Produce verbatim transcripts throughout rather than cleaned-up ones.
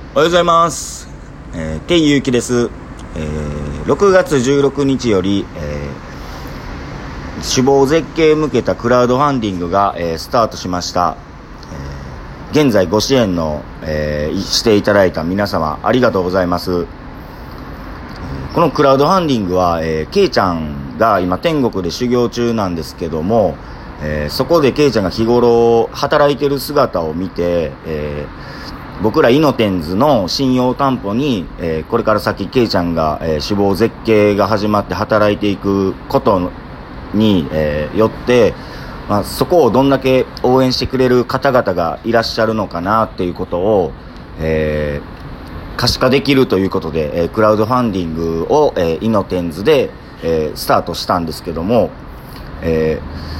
おはようございます。えー、ケイユウキです。えー、ろくがつじゅうろくにちより、えー、死亡絶景へ向けたクラウドファンディングが、えー、スタートしました。えー、現在ご支援の、えー、していただいた皆様ありがとうございます。このクラウドファンディングは、えー、ケイちゃんが今天国で修行中なんですけども、えー、そこでケイちゃんが日頃働いてる姿を見て、えー僕らイノテンズの信用担保に、えー、これから先ケイちゃんが、えー、死亡絶景が始まって働いていくことに、えー、よって、まあ、そこをどんだけ応援してくれる方々がいらっしゃるのかなっていうことを、えー、可視化できるということで、えー、クラウドファンディングを、えー、イノテンズで、えー、スタートしたんですけども、えー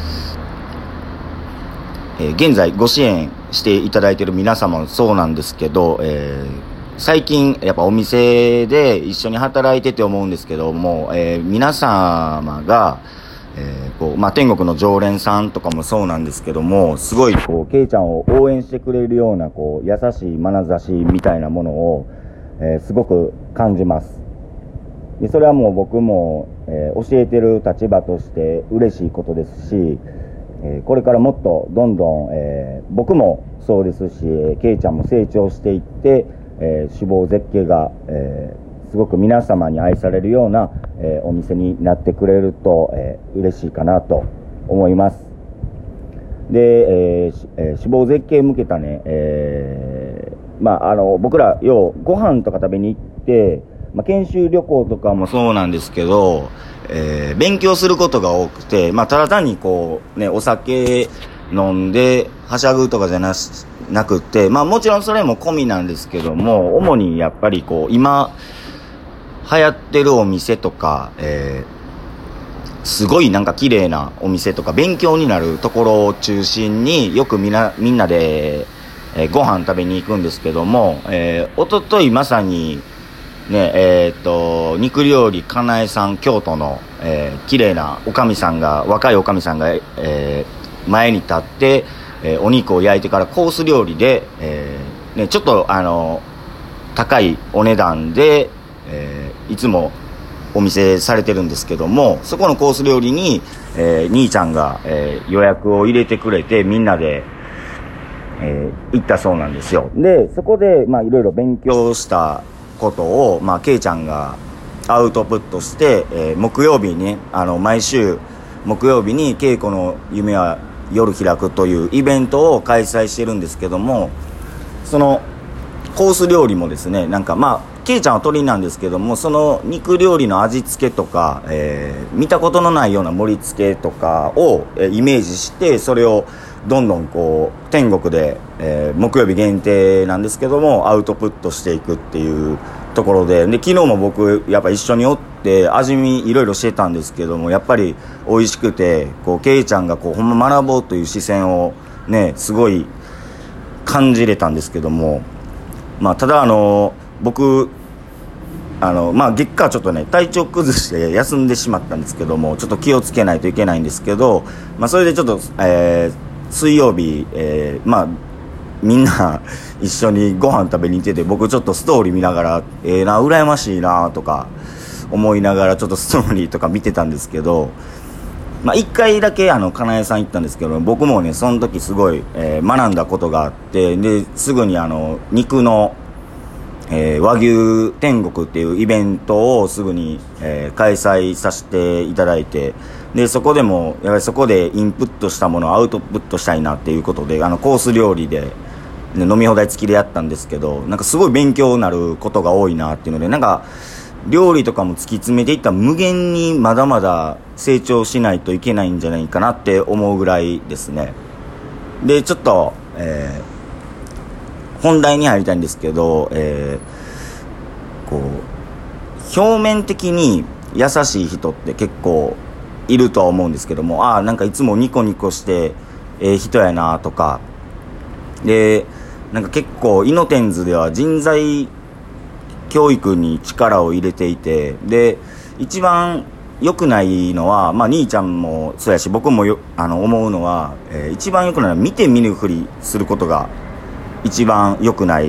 えー、現在ご支援していただいている皆様もそうなんですけど、えー、最近やっぱお店で一緒に働いてて思うんですけども、えー、皆様が、えーこうまあ、天国の常連さんとかもそうなんですけども、すごいこうケイちゃんを応援してくれるようなこう優しい眼差しみたいなものを、えー、すごく感じます。でそれはもう僕も、えー、教えてる立場として嬉しいことですし、えー、これからもっとどんどん、えー、僕もそうですし、えー、ケイちゃんも成長していって、えー、死亡絶景が、えー、すごく皆様に愛されるような、えー、お店になってくれると、えー、嬉しいかなと思います。で、えーえー、死亡絶景へ向けたね、えー、まああの僕らようご飯とか食べに行って、まあ、研修旅行とかもそうなんですけど、えー、勉強することが多くて、まあ、ただ単にこうね、お酒飲んではしゃぐとかじゃなしなくて、まあもちろんそれも込みなんですけども、主にやっぱりこう今流行ってるお店とか、えー、すごいなんか綺麗なお店とか勉強になるところを中心によくみんなみんなで、えー、ご飯食べに行くんですけども、えー、おとといまさにねえー、っと肉料理かなえさん、京都の、えー、綺麗なおかみさんが若いおかみさんが、えー、前に立って、えー、お肉を焼いてからコース料理で、えーね、ちょっとあの高いお値段で、えー、いつもお店されてるんですけども、そこのコース料理に、えー、兄ちゃんが、えー、予約を入れてくれてみんなで、えー、行ったそうなんですよ。でそこでまあいろいろ勉強したことを、まあ、ケイちゃんがアウトプットして、えー、木曜日にね、あの毎週木曜日にケイコの夢は夜開くというイベントを開催してるんですけども、そのコース料理もですね、なんかまあケイちゃんは鳥なんですけども、その肉料理の味付けとか、えー、見たことのないような盛り付けとかを、えー、イメージして、それをどんどんこう天国で、えー、木曜日限定なんですけどもアウトプットしていくっていうところで、で昨日も僕やっぱ一緒におって味見いろいろしてたんですけども、やっぱり美味しくて、こうケイちゃんがこうほんま学ぼうという視線をねすごい感じれたんですけども、まあただあの僕あのまあ月下ちょっとね体調崩して休んでしまったんですけども、ちょっと気をつけないといけないんですけど、まあそれでちょっと、えー水曜日、えー、まあみんな一緒にご飯食べに行ってて、僕ちょっとストーリー見ながらええー、な羨ましいなとか思いながらちょっとストーリーとか見てたんですけど、まあ一回だけあのかなえさん行ったんですけど、僕もねその時すごい、えー、学んだことがあって、ですぐにあの肉の、えー、和牛天国っていうイベントをすぐに、えー、開催させていただいて、でそこでもやはりそこでインプットしたものをアウトプットしたいなっていうことで、あのコース料理で、ね、飲み放題付きでやったんですけど、なんかすごい勉強になることが多いなっていうので、なんか料理とかも突き詰めていったら無限にまだまだ成長しないといけないんじゃないかなって思うぐらいですね。でちょっと、えー、本題に入りたいんですけど、えー、こう表面的に優しい人って結構いるとは思うんですけども、ああなんかいつもニコニコしてええ人やなとかで、なんか結構イノテンズでは人材教育に力を入れていて、で一番良くないのは、まあ兄ちゃんもそうやし僕もよあの思うのは、えー、一番良くないのは見て見ぬふりすることが一番良くない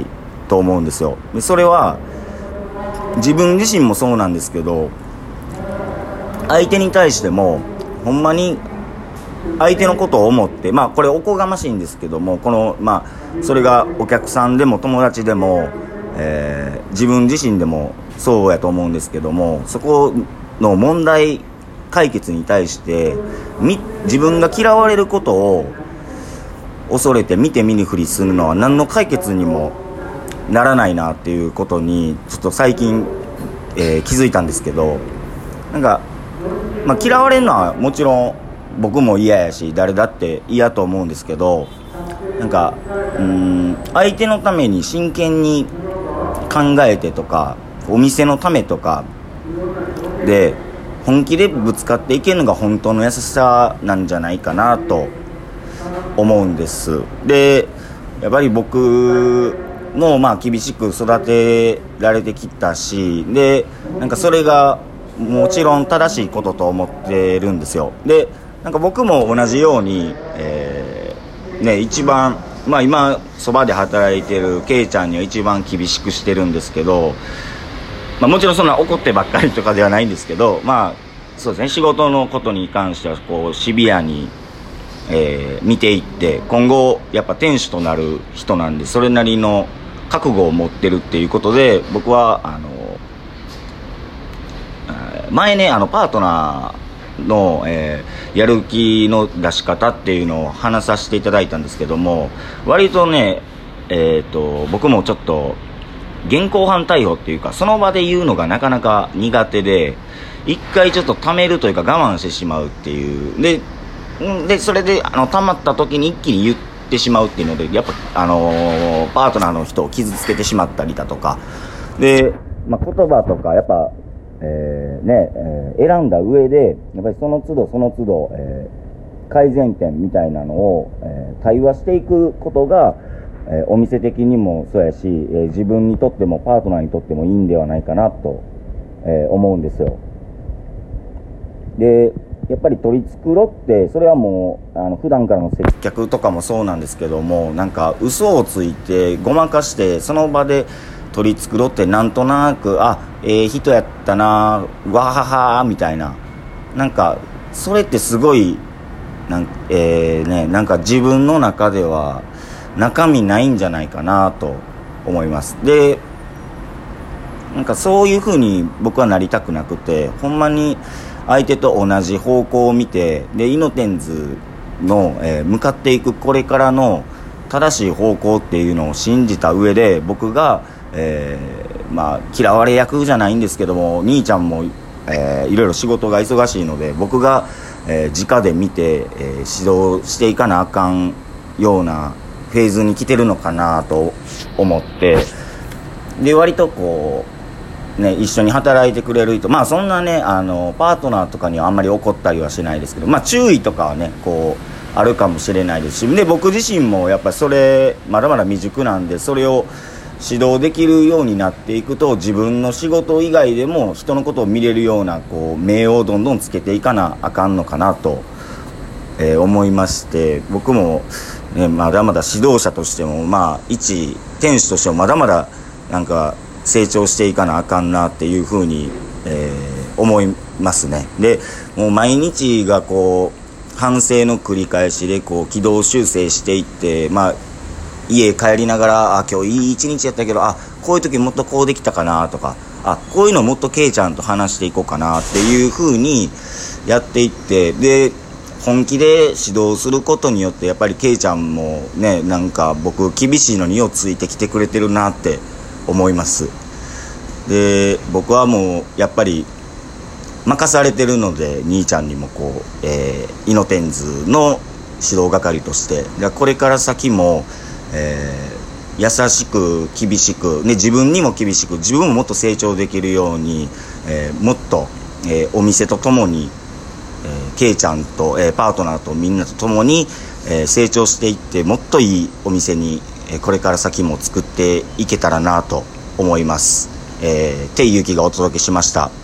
と思うんですよ。でそれは自分自身もそうなんですけど、相手に対してもほんまに相手のことを思って、まあこれおこがましいんですけども、このまあそれがお客さんでも友達でも、えー、自分自身でもそうやと思うんですけども、そこの問題解決に対してみ自分が嫌われることを恐れて見て見ぬふりするのは何の解決にもならないなっていうことにちょっと最近、えー、気づいたんですけど、なんか、まあ、嫌われるのはもちろん僕も嫌やし誰だって嫌と思うんですけど、なんかうーん相手のために真剣に考えてとかお店のためとかで本気でぶつかっていけるのが本当の優しさなんじゃないかなと思うんです。でやっぱり僕もまあ厳しく育てられてきたし、でなんかそれがもちろん正しいことと思ってるんですよ。でなんか僕も同じように、えーね、一番、まあ、今そばで働いてるケイちゃんには一番厳しくしてるんですけど、まあ、もちろんそんな怒ってばっかりとかではないんですけど、まあそうですね、仕事のことに関してはこうシビアに、えー、見ていって、今後やっぱ店主となる人なんでそれなりの覚悟を持ってるっていうことで、僕はあの前ねあのパートナーの、えー、やる気の出し方っていうのを話させていただいたんですけども、割とね、えーと、僕もちょっと現行犯逮捕っていうかその場で言うのがなかなか苦手で、一回ちょっと溜めるというか我慢してしまうっていうで、でそれであの溜まった時に一気に言ってしまうっていうので、やっぱ、あのー、パートナーの人を傷つけてしまったりだとかで、まあ、言葉とかやっぱえーねえー、選んだ上でやっぱりその都度その都度、えー、改善点みたいなのを、えー、対話していくことが、えー、お店的にもそうやし、えー、自分にとってもパートナーにとってもいいんではないかなと、えー、思うんですよ。でやっぱり取り繕ってそれはもうあの普段からの接客とかもそうなんですけども、なんか嘘をついてごまかしてその場で取り繕ってなんとなくあええー、人やったなわははみたいな、なんかそれってすごいなん、えーね、なんか自分の中では中身ないんじゃないかなと思います。でなんかそういう風に僕はなりたくなくて、ほんまに相手と同じ方向を見て、でイノテンズの、えー、向かっていくこれからの正しい方向っていうのを信じた上で、僕がえーまあ、嫌われ役じゃないんですけども、兄ちゃんも、えー、いろいろ仕事が忙しいので僕が、えー、直で見て、えー、指導していかなあかんようなフェーズに来てるのかなと思って、で割とこう、ね、一緒に働いてくれる人、まあそんなねあのパートナーとかにはあんまり怒ったりはしないですけど、まあ注意とかはねこうあるかもしれないですし、で僕自身もやっぱりそれまだまだ未熟なんで、それを指導できるようになっていくと自分の仕事以外でも人のことを見れるようなこう目をどんどんつけていかなあかんのかなと、えー、思いまして、僕も、ね、まだまだ指導者としても、まあ一店主としてもまだまだなんか成長していかなあかんなっていうふうに、えー、思いますね。でもう毎日がこう反省の繰り返しでこう軌道修正していって、まあ家帰りながらあ今日いい一日やったけど、あこういう時もっとこうできたかなとか、あこういうのもっとケイちゃんと話していこうかなっていう風にやっていって、で本気で指導することによってやっぱりケイちゃんもね、なんか僕厳しいのにようついてきてくれてるなって思います。で僕はもうやっぱり任されてるので、兄ちゃんにもこう、えー、イノテンズの指導係としてこれから先もえー、優しく厳しく、ね、自分にも厳しく自分ももっと成長できるように、えー、もっと、えー、お店とともに、えー、ケイちゃんと、えー、パートナーとみんなとともに、えー、成長していってもっといいお店に、えー、これから先も作っていけたらなと思います。えー、てゆうきがお届けしました。